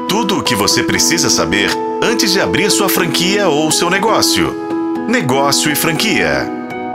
Tudo o que você precisa saber antes de abrir sua franquia ou seu negócio. Negócio e franquia.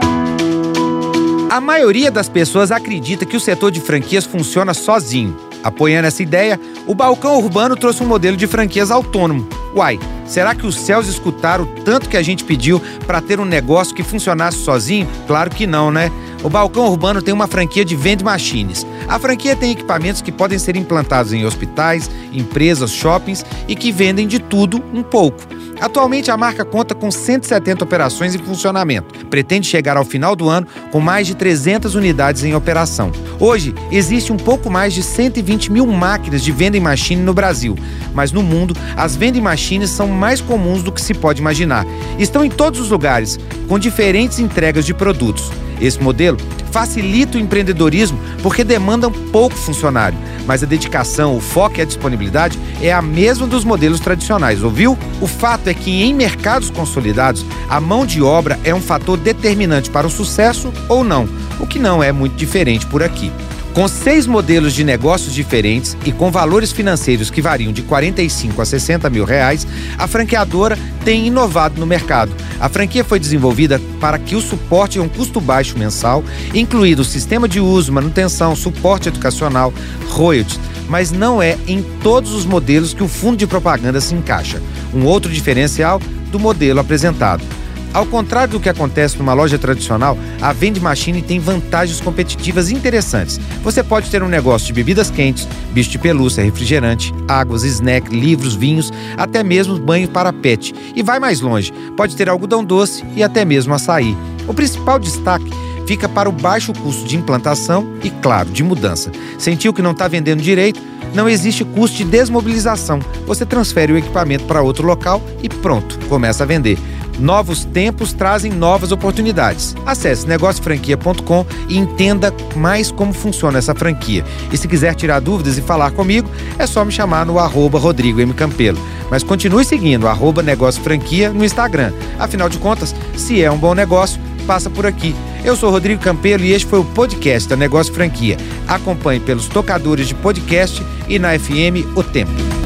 A maioria das pessoas acredita que o setor de franquias funciona sozinho. Apoiando essa ideia, o Balcão Urbano trouxe um modelo de franquias autônomo. Uai, será que os céus escutaram o tanto que a gente pediu para ter um negócio que funcionasse sozinho? Claro que não, né? O Balcão Urbano tem uma franquia de vending machines. A franquia tem equipamentos que podem ser implantados em hospitais, empresas, shoppings e que vendem de tudo um pouco. Atualmente, a marca conta com 170 operações em funcionamento. Pretende chegar ao final do ano com mais de 300 unidades em operação. Hoje, existe um pouco mais de 120 mil máquinas de vending machine no Brasil. Mas no mundo, as vending machines são mais comuns do que se pode imaginar. Estão em todos os lugares, com diferentes entregas de produtos. Esse modelo facilita o empreendedorismo porque demanda pouco funcionário, mas a dedicação, o foco e a disponibilidade é a mesma dos modelos tradicionais, ouviu? O fato é que em mercados consolidados, a mão de obra é um fator determinante para o sucesso ou não, o que não é muito diferente por aqui. Com 6 modelos de negócios diferentes e com valores financeiros que variam de 45 a 60 mil reais, a franqueadora tem inovado no mercado. A franquia foi desenvolvida para que o suporte a um custo baixo mensal, incluído o sistema de uso, manutenção, suporte educacional, royalties, mas não é em todos os modelos que o fundo de propaganda se encaixa. Um outro diferencial do modelo apresentado. Ao contrário do que acontece numa loja tradicional, a vending machine tem vantagens competitivas interessantes. Você pode ter um negócio de bebidas quentes, bicho de pelúcia, refrigerante, águas, snack, livros, vinhos, até mesmo banho para pet. E vai mais longe, pode ter algodão doce e até mesmo açaí. O principal destaque fica para o baixo custo de implantação e, claro, de mudança. Sentiu que não está vendendo direito? Não existe custo de desmobilização. Você transfere o equipamento para outro local e pronto, começa a vender. Novos tempos trazem novas oportunidades. Acesse negociofranquia.com e entenda mais como funciona essa franquia. E se quiser tirar dúvidas e falar comigo, é só me chamar no @RodrigoMCampelo. Mas continue seguindo @negociofranquia no Instagram. Afinal de contas, se é um bom negócio, passa por aqui. Eu sou Rodrigo Campelo e este foi o podcast da Negócio Franquia. Acompanhe pelos tocadores de podcast e na FM O Tempo.